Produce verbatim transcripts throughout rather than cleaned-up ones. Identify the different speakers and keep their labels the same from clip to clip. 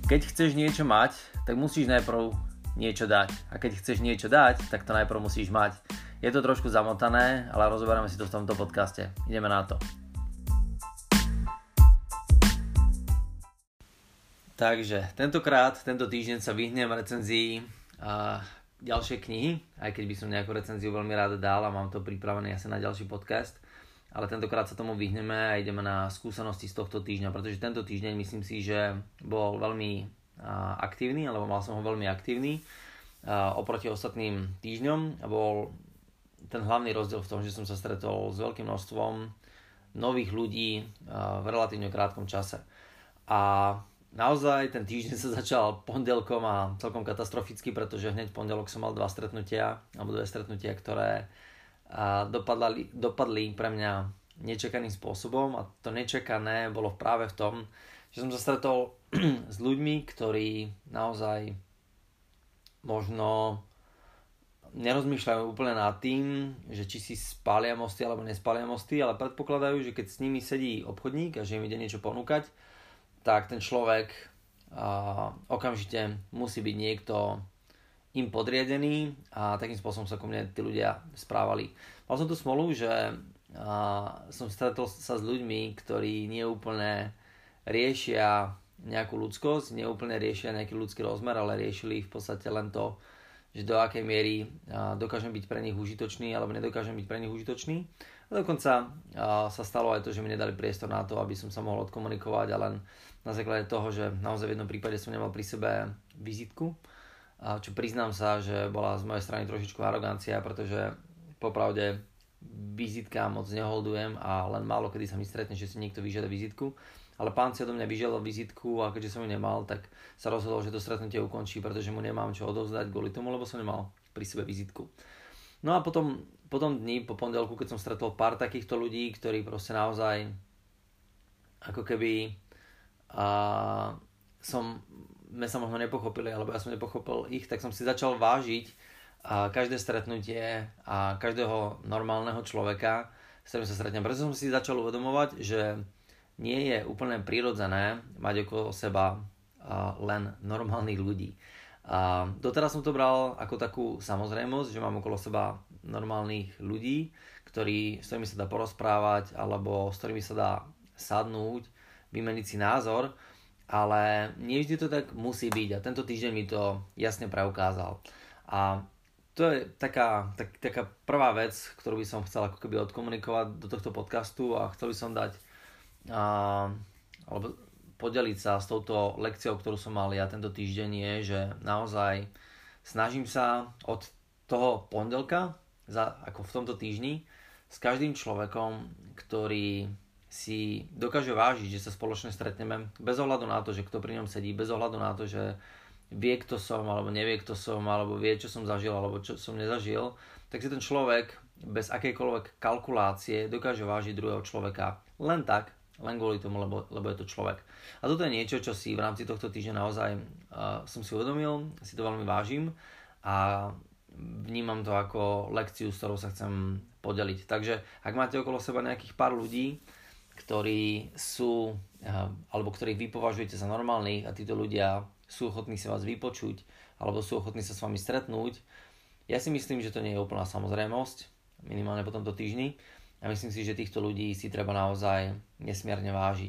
Speaker 1: Keď chceš niečo mať, tak musíš najprv niečo dať. A keď chceš niečo dať, tak to najprv musíš mať. Je to trošku zamotané, ale rozoberieme si to v tomto podcaste. Ideme na to. Takže tentokrát, tento týždeň sa vyhnem recenzii a ďalšie knihy, aj keď by som nejakú recenziu veľmi rád dal a mám to pripravené asi na ďalší podcast. Ale tentokrát sa tomu vyhneme a ideme na skúsenosti z tohto týždňa, pretože tento týždeň myslím si, že bol veľmi aktívny, alebo mal som ho veľmi aktívny oproti ostatným týždňom a bol ten hlavný rozdiel v tom, že som sa stretol s veľkým množstvom nových ľudí v relatívne krátkom čase. A naozaj ten týždeň sa začal pondelkom a celkom katastroficky, pretože hneď v pondelok som mal dva stretnutia, alebo dve stretnutia, ktoré a dopadli, dopadli pre mňa nečakaným spôsobom a to nečakané bolo práve v tom, že som sa stretol s ľuďmi, ktorí naozaj možno nerozmýšľajú úplne nad tým, že či si spália mosty alebo nespália mosty, ale predpokladajú, že keď s nimi sedí obchodník a že im ide niečo ponúkať, tak ten človek a, okamžite musí byť niekto im podriadený a takým spôsobom sa ku mne tí ľudia správali. Mal som tu smolu, že a, som stretol sa s ľuďmi, ktorí nie úplne riešia nejakú ľudskosť, nie úplne riešia nejaký ľudský rozmer, ale riešili v podstate len to, že do akej miery a, dokážem byť pre nich užitočný alebo nedokážem byť pre nich užitočný. A dokonca a, sa stalo aj to, že mi nedali priestor na to, aby som sa mohol odkomunikovať a len na základe toho, že naozaj v jednom prípade som nemal pri sebe vizitku, a čo priznám sa, že bola z mojej strany trošičku arogancia, pretože popravde vizitka moc neholdujem a len málo kedy sa mi stretne, že si niekto vyžiada vizitku. Ale pán si odo mňa vyžiadal vizitku a keďže som ju nemal, tak sa rozhodol, že to stretnutie ukončí, pretože mu nemám čo odovzdať kvôli tomu, lebo som nemal pri sebe vizitku. No a potom, potom dni, po pondelku, keď som stretol pár takýchto ľudí, ktorí proste naozaj ako keby a, som sme sa možno nepochopili, alebo ja som nepochopil ich, tak som si začal vážiť a každé stretnutie a každého normálneho človeka, s ktorým sa stretnem. Preto som si začal uvedomovať, že nie je úplne prirodzené mať okolo seba len normálnych ľudí. A doteraz som to bral ako takú samozrejmosť, že mám okolo seba normálnych ľudí, ktorí, s ktorými sa dá porozprávať, alebo s ktorými sa dá sadnúť, vymeniť si názor, ale nie vždy to tak musí byť a tento týždeň mi to jasne preukázal. A to je taká, tak, taká prvá vec, ktorú by som chcel ako keby odkomunikovať do tohto podcastu a chcel by som dať a, alebo podeliť sa s touto lekciou, ktorú som mal ja tento týždeň, je, že naozaj snažím sa od toho pondelka, za, ako v tomto týždni, s každým človekom, ktorý si dokáže vážiť, že sa spoločne stretneme bez ohľadu na to, že kto pri ňom sedí, bez ohľadu na to, že vie, kto som, alebo nevie, kto som, alebo vie, čo som zažil, alebo čo som nezažil, tak si ten človek bez akejkoľvek kalkulácie dokáže vážiť druhého človeka len tak, len kvôli tomu, lebo, lebo je to človek. A toto je niečo, čo si v rámci tohto týždňa naozaj uh, som si uvedomil, si to veľmi vážim a vnímam to ako lekciu, s ktorou sa chcem podeliť. Takže ak máte okolo seba nejakých pár ľudí, ktorí sú, alebo ktorých vy považujete za normálnych a títo ľudia sú ochotní si vás vypočuť alebo sú ochotní sa s vami stretnúť. Ja si myslím, že to nie je úplná samozrejmosť, minimálne po tomto týždni. Ja myslím si, že týchto ľudí si treba naozaj nesmierne vážiť.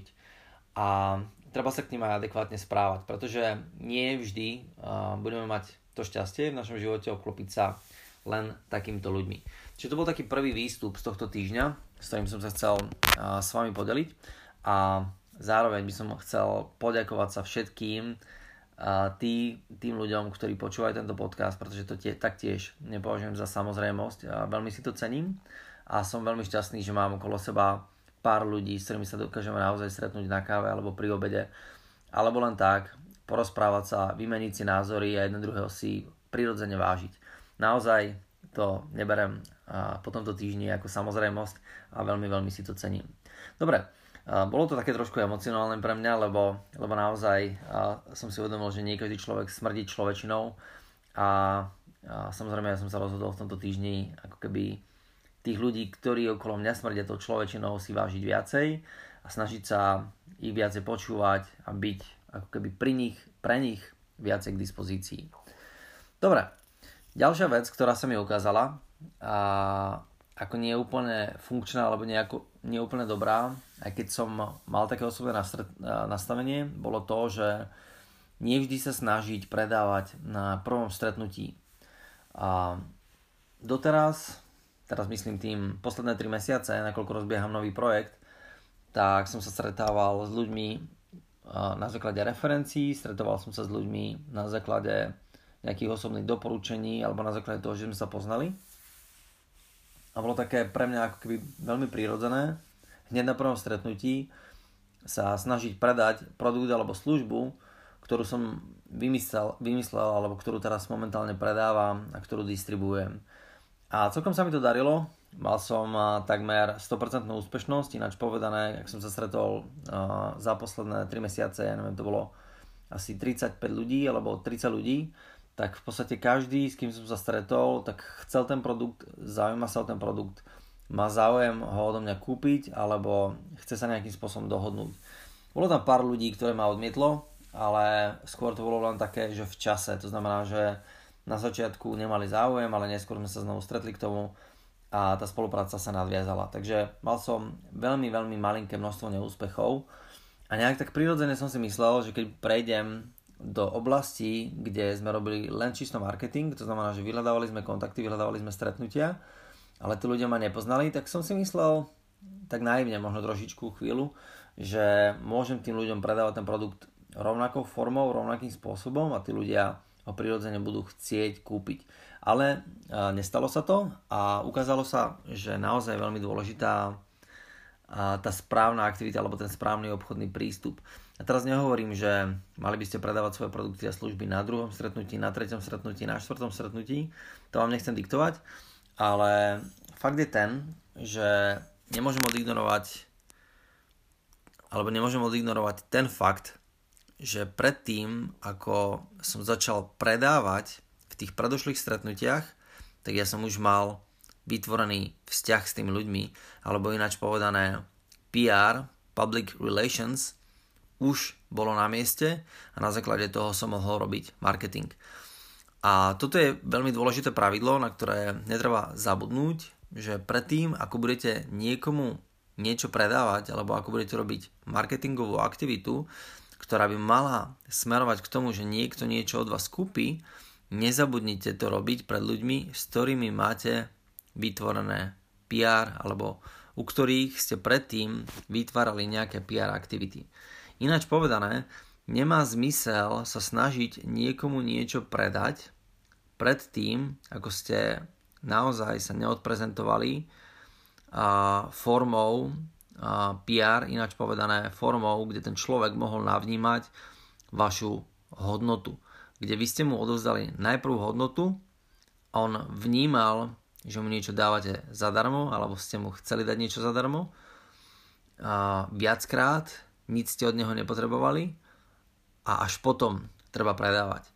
Speaker 1: A treba sa k nim aj adekvátne správať, pretože nie vždy budeme mať to šťastie v našom živote obklopiť sa len takýmito ľuďmi. Čiže to bol taký prvý výstup z tohto týždňa, s ktorým som sa chcel uh, s vami podeliť a zároveň by som chcel poďakovať sa všetkým uh, tý, tým ľuďom, ktorí počúvajú tento podcast, pretože to tie, taktiež nepovažujem za samozrejmosť a veľmi si to cením a som veľmi šťastný, že mám okolo seba pár ľudí, s ktorými sa dokážeme naozaj stretnúť na káve alebo pri obede, alebo len tak porozprávať sa, vymeniť si názory a jeden druhého si prirodzene vážiť. Naozaj to neberem po tomto týždni ako samozrejmosť a veľmi, veľmi si to cením. Dobre, bolo to také trošku emocionálne pre mňa, lebo, lebo naozaj som si uvedomil, že nie každý človek smrdí človečinou a, a samozrejme ja som sa rozhodol v tomto týždni ako keby tých ľudí, ktorí okolo mňa smrdia tou človečinou, si vážiť viacej a snažiť sa ich viacej počúvať a byť ako keby pri nich pre nich viacej k dispozícii. Dobre, ďalšia vec, ktorá sa mi ukázala, a ako nie je úplne funkčná alebo nejako, nie je úplne dobrá, aj keď som mal také osobné nastavenie, bolo to, že nie vždy sa snažiť predávať na prvom stretnutí. A doteraz, teraz myslím tým posledné tri mesiace, nakoľko rozbieham nový projekt, tak som sa stretával s ľuďmi na základe referencií, stretoval som sa s ľuďmi na základe nejakých osobných doporučení alebo na základe toho, že sme sa poznali. A bolo také pre mňa ako keby veľmi prirodzené hneď na prvom stretnutí sa snažiť predať produkt alebo službu, ktorú som vymyslel, vymyslel alebo ktorú teraz momentálne predávam a ktorú distribuujem. A celkom sa mi to darilo. Mal som takmer sto percent úspešnosť, ináč povedané, ak som sa stretol za posledné tri mesiace, ja neviem, to bolo asi tridsaťpäť ľudí alebo tridsať ľudí, tak v podstate každý, s kým som sa stretol, tak chcel ten produkt, zaujíma sa o ten produkt, má záujem ho odo mňa kúpiť, alebo chce sa nejakým spôsobom dohodnúť. Bolo tam pár ľudí, ktoré ma odmietlo, ale skôr to bolo len také, že v čase, to znamená, že na začiatku nemali záujem, ale neskôr sme sa znovu stretli k tomu a tá spolupráca sa nadviazala. Takže mal som veľmi, veľmi malinké množstvo neúspechov a nejak tak prirodzene som si myslel, že keď prejdem do oblasti, kde sme robili len čisto marketing, to znamená, že vyhľadávali sme kontakty, vyhľadávali sme stretnutia, ale tí ľudia ma nepoznali, tak som si myslel, tak naivne možno trošičku chvíľu, že môžem tým ľuďom predávať ten produkt rovnakou formou, rovnakým spôsobom a tí ľudia ho prirodzene budú chcieť kúpiť. Ale nestalo sa to a ukázalo sa, že naozaj je veľmi dôležitá tá správna aktivita alebo ten správny obchodný prístup. A teraz nehovorím, že mali by ste predávať svoje produkty a služby na druhom stretnutí, na treťom stretnutí, na štvrtom stretnutí. To vám nechcem diktovať, ale fakt je ten, že nemôžem odignorovať alebo nemôžem odignorovať ten fakt, že predtým, ako som začal predávať v tých predošlých stretnutiach, tak ja som už mal vytvorený vzťah s tými ľuďmi, alebo ináč povedané pé er, Public Relations, už bolo na mieste a na základe toho som mohol robiť marketing. A toto je veľmi dôležité pravidlo, na ktoré netreba zabudnúť, že predtým, ako budete niekomu niečo predávať, alebo ako budete robiť marketingovú aktivitu, ktorá by mala smerovať k tomu, že niekto niečo od vás kúpi, nezabudnite to robiť pred ľuďmi, s ktorými máte vytvorené pé er alebo u ktorých ste predtým vytvárali nejaké pé er aktivity. Ináč povedané, nemá zmysel sa snažiť niekomu niečo predať predtým, ako ste naozaj sa neodprezentovali a, formou a, pé er, ináč povedané formou, kde ten človek mohol navnímať vašu hodnotu. Kde vy ste mu odovzdali najprv hodnotu a on vnímal, že mu niečo dávate zadarmo, alebo ste mu chceli dať niečo zadarmo. A viackrát nic ste od neho nepotrebovali a až potom treba predávať.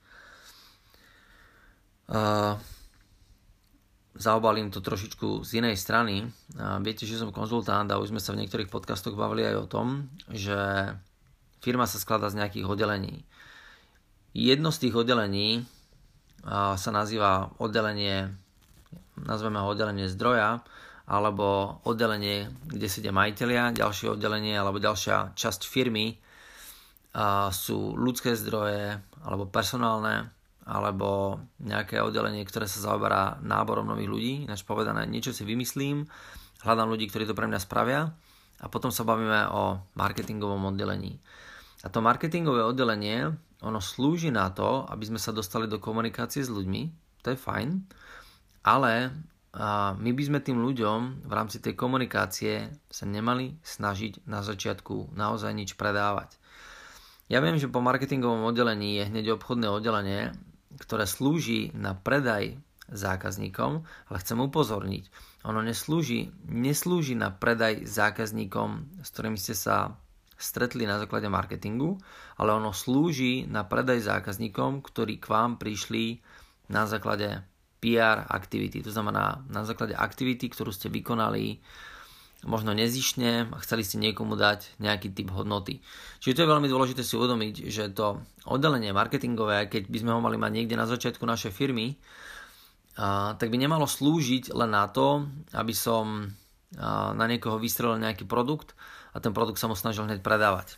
Speaker 1: A zaobalím to trošičku z inej strany. A viete, že som konzultant a už sme sa v niektorých podcastoch bavili aj o tom, že firma sa skladá z nejakých oddelení. Jedno z tých oddelení sa nazýva oddelenie, nazveme ho oddelenie zdroja, alebo oddelenie, kde sedia majitelia, ďalšie oddelenie alebo ďalšia časť firmy sú ľudské zdroje, alebo personálne, alebo nejaké oddelenie, ktoré sa zaoberá náborom nových ľudí. Ináč povedané, niečo si vymyslím, hľadám ľudí, ktorí to pre mňa spravia a potom sa bavíme o marketingovom oddelení. A to marketingové oddelenie, ono slúži na to, aby sme sa dostali do komunikácie s ľuďmi, to je fajn, ale a my by sme tým ľuďom v rámci tej komunikácie sa nemali snažiť na začiatku naozaj nič predávať. Ja viem, že po marketingovom oddelení je hneď obchodné oddelenie, ktoré slúži na predaj zákazníkom, ale chcem upozorniť, ono neslúži, neslúži na predaj zákazníkom, s ktorými ste sa stretli na základe marketingu, ale ono slúži na predaj zákazníkom, ktorí k vám prišli na základe pé er aktivity, to znamená na základe aktivity, ktorú ste vykonali možno nezištne a chceli ste niekomu dať nejaký typ hodnoty. Čiže to je veľmi dôležité si uvedomiť, že to oddelenie marketingové, keď by sme ho mali mať niekde na začiatku našej firmy, a, tak by nemalo slúžiť len na to, aby som a, na niekoho vystrelil nejaký produkt a ten produkt sa mu snažil hneď predávať.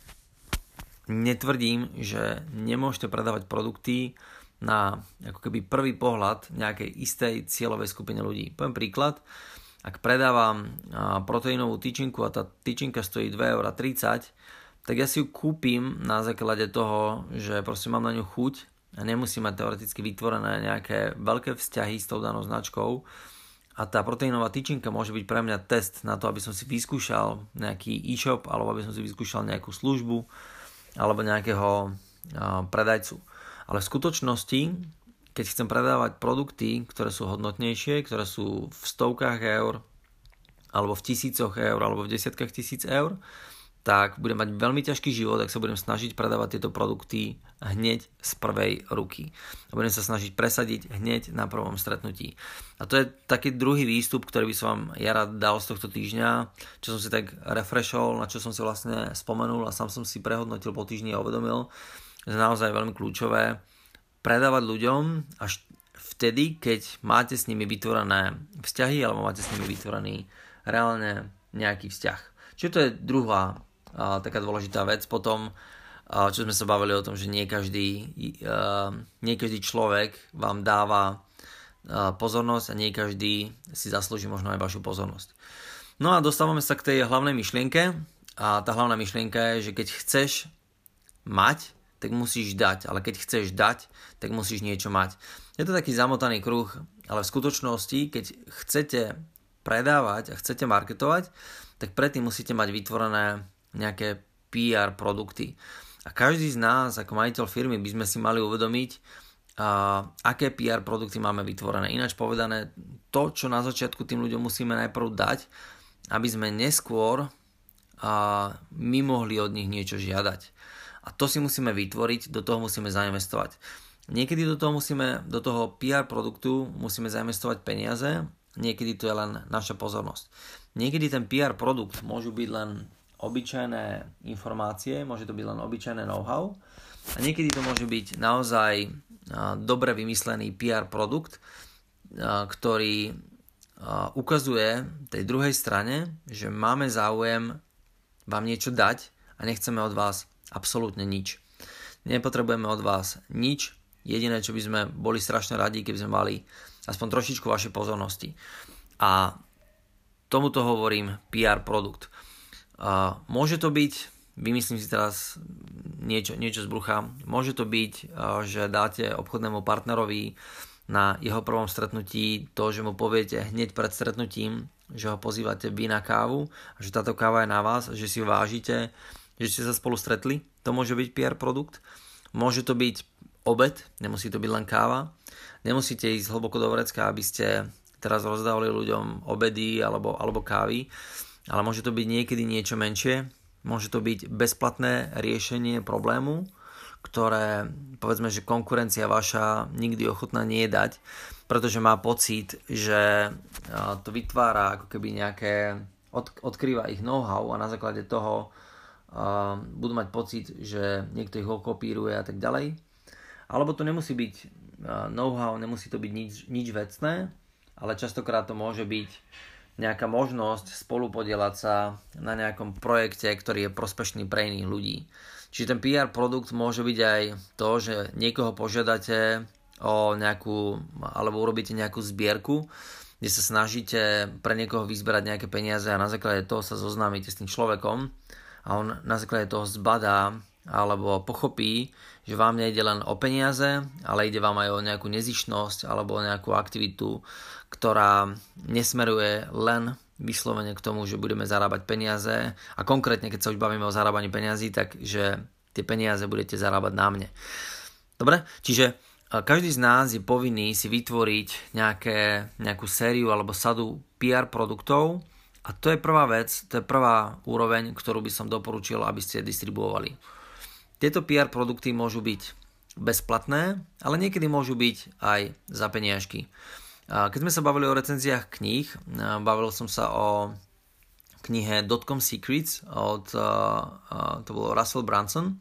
Speaker 1: Netvrdím, že nemôžete predávať produkty na ako keby prvý pohľad nejakej istej cieľovej skupine ľudí. Poviem príklad, ak predávam proteínovú tyčinku a tá tyčinka stojí dva eurá tridsať, tak ja si ju kúpim na základe toho, že proste mám na ňu chuť a nemusím mať teoreticky vytvorené nejaké veľké vzťahy s tou danou značkou. A tá proteínová tyčinka môže byť pre mňa test na to, aby som si vyskúšal nejaký e-shop alebo aby som si vyskúšal nejakú službu alebo nejakého predajcu. Ale v skutočnosti, keď chcem predávať produkty, ktoré sú hodnotnejšie, ktoré sú v stovkách eur, alebo v tisícoch eur, alebo v desiatkách tisíc eur, tak budem mať veľmi ťažký život, ak sa budem snažiť predávať tieto produkty hneď z prvej ruky. A budem sa snažiť presadiť hneď na prvom stretnutí. A to je taký druhý výstup, ktorý by som vám ja rád dal z tohto týždňa, čo som si tak refreshol, na čo som si vlastne spomenul a sám som si prehodnotil po týždni a uvedomil, že naozaj veľmi kľúčové predávať ľuďom až vtedy, keď máte s nimi vytvorené vzťahy alebo máte s nimi vytvorený reálne nejaký vzťah. Čiže to je druhá a, taká dôležitá vec. Potom, a, čo sme sa bavili o tom, že nie každý, a, nie každý človek vám dáva a, pozornosť a nie každý si zaslúži možno aj vašu pozornosť. No a dostávame sa k tej hlavnej myšlienke a tá hlavná myšlienka je, že keď chceš mať, tak musíš dať, ale keď chceš dať, tak musíš niečo mať. Je to taký zamotaný kruh, ale v skutočnosti, keď chcete predávať a chcete marketovať, tak predtým musíte mať vytvorené nejaké pé er produkty. A každý z nás, ako majiteľ firmy, by sme si mali uvedomiť, a, aké pé er produkty máme vytvorené. Ináč povedané, to, čo na začiatku tým ľuďom musíme najprv dať, aby sme neskôr a, my mohli od nich niečo žiadať. A to si musíme vytvoriť, do toho musíme zainvestovať. Niekedy do toho musíme, do toho pé er produktu musíme zainvestovať peniaze, niekedy to je len naša pozornosť. Niekedy ten pé er produkt môžu byť len obyčajné informácie, môže to byť len obyčajné know-how a niekedy to môže byť naozaj dobre vymyslený pé er produkt, ktorý ukazuje tej druhej strane, že máme záujem vám niečo dať a nechceme od vás absolútne nič. Nepotrebujeme od vás nič. Jediné, čo by sme boli strašne radi, keby sme mali aspoň trošičku vašej pozornosti. A tomuto hovorím pé er produkt. A môže to byť, vymyslím si teraz niečo, niečo z brucha, môže to byť, že dáte obchodnému partnerovi na jeho prvom stretnutí to, že mu poviete hneď pred stretnutím, že ho pozývate vy na kávu a že táto káva je na vás, že si ho vážite, že ste sa spolu stretli, to môže byť pé er produkt. Môže to byť obed, nemusí to byť len káva. Nemusíte ísť hlboko do vrecka, aby ste teraz rozdávali ľuďom obedy alebo, alebo kávy, ale môže to byť niekedy niečo menšie. Môže to byť bezplatné riešenie problému, ktoré, povedzme, že konkurencia vaša nikdy ochotná nie je dať, pretože má pocit, že to vytvára ako keby nejaké, od, odkrýva ich know-how a na základe toho Uh, budú mať pocit, že niekto ich ho kopíruje a tak ďalej. Alebo to nemusí byť uh, know-how, nemusí to byť nič, nič vecné, ale častokrát to môže byť nejaká možnosť spolupodielať sa na nejakom projekte, ktorý je prospešný pre iných ľudí. Čiže ten pé er produkt môže byť aj to, že niekoho požiadate o nejakú, alebo urobíte nejakú zbierku, kde sa snažíte pre niekoho vyzberať nejaké peniaze a na základe toho sa zoznámite s tým človekom a on na základe toho zbadá alebo pochopí, že vám nejde len o peniaze, ale ide vám aj o nejakú nezištnosť alebo o nejakú aktivitu, ktorá nesmeruje len vyslovene k tomu, že budeme zarábať peniaze a konkrétne, keď sa už bavíme o zarábaní peniazí, tak že tie peniaze budete zarábať na mne. Dobre? Čiže každý z nás je povinný si vytvoriť nejaké, nejakú sériu alebo sadu pé er produktov. A to je prvá vec, to je prvá úroveň, ktorú by som doporučil, aby ste distribuovali. Tieto pé er produkty môžu byť bezplatné, ale niekedy môžu byť aj za peniažky. Keď sme sa bavili o recenziách kníh, bavil som sa o knihe Dotcom Secrets od uh, uh, to bol Russell Brunson.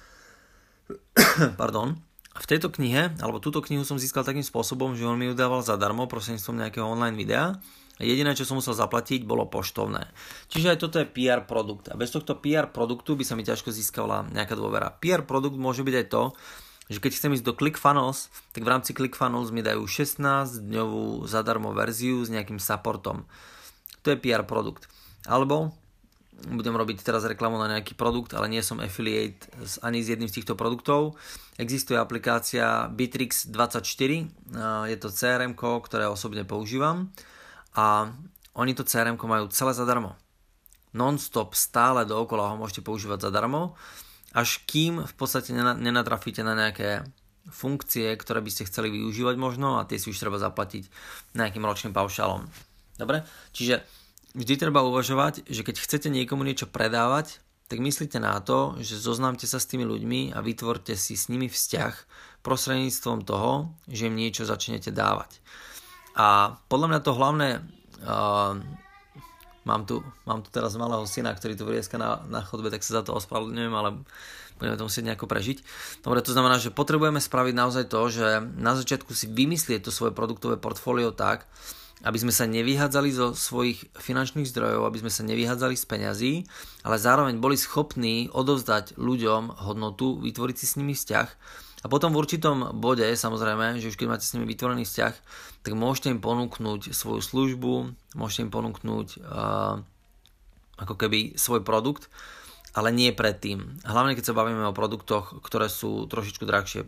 Speaker 1: Pardon. V tejto knihe, alebo túto knihu som získal takým spôsobom, že on mi ju dával zadarmo prostredníctvom nejakého online videa. Jediné, čo som musel zaplatiť, bolo poštovné. Čiže aj toto je pé er produkt. A bez tohto pé er produktu by sa mi ťažko získala nejaká dôvera. pé er produkt môže byť aj to, že keď chcem ísť do ClickFunnels, tak v rámci ClickFunnels mi dajú šestnásťdňovú zadarmo verziu s nejakým supportom. To je pé er produkt. Alebo budem robiť teraz reklamu na nejaký produkt, ale nie som affiliate ani s jedným z týchto produktov. Existuje aplikácia Bitrix dvadsaťštyri, je to cé er em, ktoré osobne používam a oni to cé er em majú celé zadarmo. Non-stop, stále dookola ho môžete používať zadarmo, až kým v podstate nenatrafíte na nejaké funkcie, ktoré by ste chceli využívať možno a tie si už treba zaplatiť nejakým ročným paušálom. Dobre? Čiže vždy treba uvažovať, že keď chcete niekomu niečo predávať, tak myslíte na to, že zoznámte sa s tými ľuďmi a vytvorte si s nimi vzťah prostredníctvom toho, že im niečo začnete dávať. A podľa mňa to hlavné, uh, mám, tu, mám tu teraz malého syna, ktorý tu vrieska na, na chodbe, tak sa za to ospravedlňujem, ale budeme to musieť nejako prežiť. Dobre, to znamená, že potrebujeme spraviť naozaj to, že na začiatku si vymyslieť to svoje produktové portfólio tak, aby sme sa nevyhádzali zo svojich finančných zdrojov, aby sme sa nevyhádzali z peňazí, ale zároveň boli schopní odovzdať ľuďom hodnotu, vytvoriť si s nimi vzťah a potom v určitom bode, samozrejme, že už keď máte s nimi vytvorený vzťah, tak môžete im ponúknuť svoju službu, môžete im ponúknuť uh, ako keby svoj produkt, ale nie predtým. Hlavne keď sa bavíme o produktoch, ktoré sú trošičku drahšie.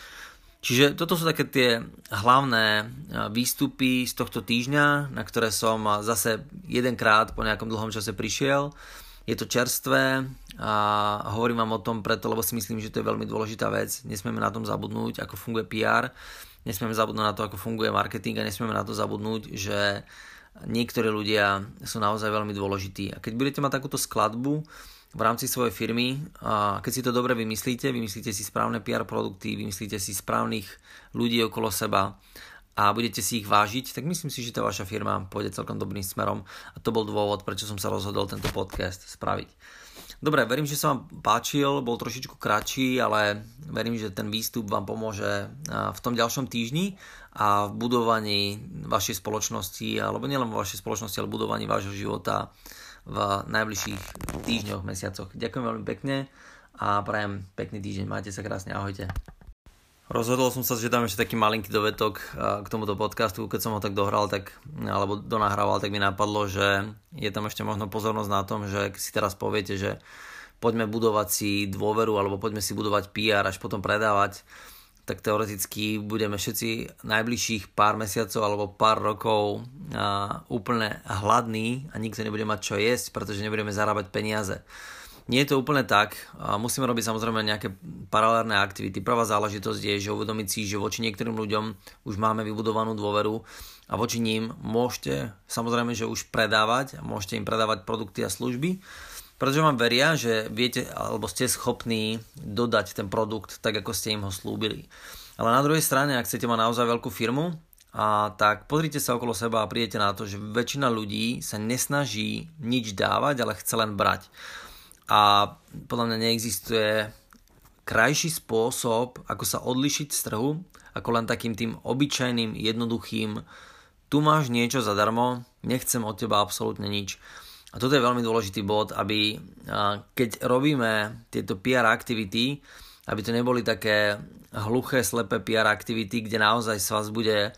Speaker 1: Čiže toto sú také tie hlavné výstupy z tohto týždňa, na ktoré som zase jedenkrát po nejakom dlhom čase prišiel. Je to čerstvé a hovorím vám o tom preto, lebo si myslím, že to je veľmi dôležitá vec. Nesmieme na tom zabudnúť, ako funguje pé er, nesmieme zabudnúť na to, ako funguje marketing a nesmieme na to zabudnúť, že niektorí ľudia sú naozaj veľmi dôležití. A keď budete mať takúto skladbu v rámci svojej firmy, a keď si to dobre vymyslíte, vymyslíte si správne pé er produkty, vymyslíte si správnych ľudí okolo seba a budete si ich vážiť, tak myslím si, že tá vaša firma pôjde celkom dobrým smerom a to bol dôvod, prečo som sa rozhodol tento podcast spraviť. Dobre, verím, že sa vám páčil, bol trošičku kratší, ale verím, že ten výstup vám pomôže v tom ďalšom týždni a v budovaní vašej spoločnosti, alebo nielen vo vašej spoločnosti, ale v budovaní vášho života v najbližších týždňoch, mesiacoch. Ďakujem veľmi pekne a prajem pekný týždeň. Majte sa krásne, ahojte. Rozhodol som sa, že dám ešte taký malinký dovetok k tomuto podcastu. Keď som ho tak dohral, tak, alebo donahrával, tak mi napadlo, že je tam ešte možno pozornosť na tom, že si teraz poviete, že poďme budovať si dôveru alebo poďme si budovať pé er, až potom predávať, tak teoreticky budeme všetci najbližších pár mesiacov alebo pár rokov a, úplne hladní a nikto nebude mať čo jesť, pretože nebudeme zarábať peniaze. Nie je to úplne tak. A musíme robiť samozrejme nejaké paralelné aktivity. Prvá záležitosť je, že uvedomiť si, že voči niektorým ľuďom už máme vybudovanú dôveru a voči ním môžete samozrejme, že už predávať a môžete im predávať produkty a služby, pretože vám veria, že viete alebo ste schopní dodať ten produkt tak, ako ste im ho slúbili. Ale na druhej strane, ak chcete mať naozaj veľkú firmu, a tak pozrite sa okolo seba a prídete na to, že väčšina ľudí sa nesnaží nič dávať, ale chce len brať. A podľa mňa neexistuje krajší spôsob, ako sa odlišiť z trhu, ako len takým tým obyčajným, jednoduchým tu máš niečo zadarmo, nechcem od teba absolútne nič. A toto je veľmi dôležitý bod, aby keď robíme tieto pé er aktivity, aby to neboli také hluché, slepé pé er aktivity, kde naozaj sa vás bude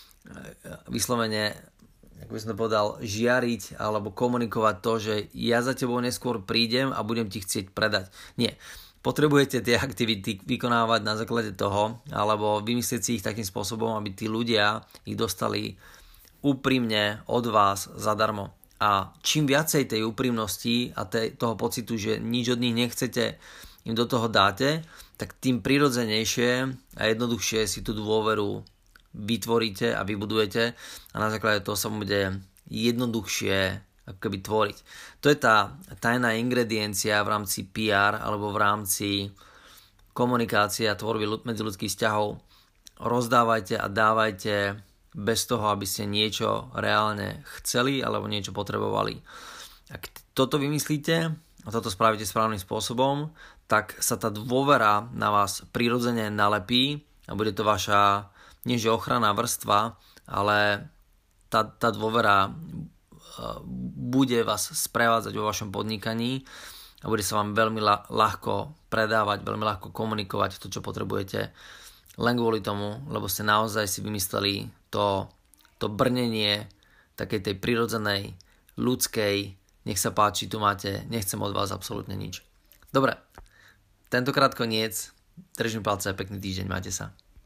Speaker 1: vyslovene, ako by som to povedal, žiariť alebo komunikovať to, že ja za tebou neskôr prídem a budem ti chcieť predať. Nie. Potrebujete tie aktivity vykonávať na základe toho, alebo vymyslieť si ich takým spôsobom, aby tí ľudia ich dostali úprimne od vás zadarmo. A čím viacej tej úprimnosti a tej, toho pocitu, že nič od nich nechcete, im do toho dáte, tak tým prirodzenejšie a jednoduchšie si tú dôveru vytvoríte a vybudujete a na základe toho sa bude jednoduchšie ako keby tvoriť. To je tá tajná ingrediencia v rámci pé er alebo v rámci komunikácie a tvorby medziľudských vzťahov. Rozdávajte a dávajte bez toho, aby ste niečo reálne chceli alebo niečo potrebovali. Ak toto vymyslíte a toto spravíte správnym spôsobom, tak sa tá dôvera na vás prirodzene nalepí a bude to vaša, nie že ochranná vrstva, ale tá, tá dôvera bude vás sprevádzať vo vašom podnikaní a bude sa vám veľmi ľahko predávať, veľmi ľahko komunikovať to, čo potrebujete, len kvôli tomu, lebo ste naozaj si vymysleli to, to brnenie takej tej prirodzenej, ľudskej, nech sa páči, tu máte, nechcem od vás absolútne nič. Dobre, tentokrát koniec, držím palce, pekný týždeň, majte sa.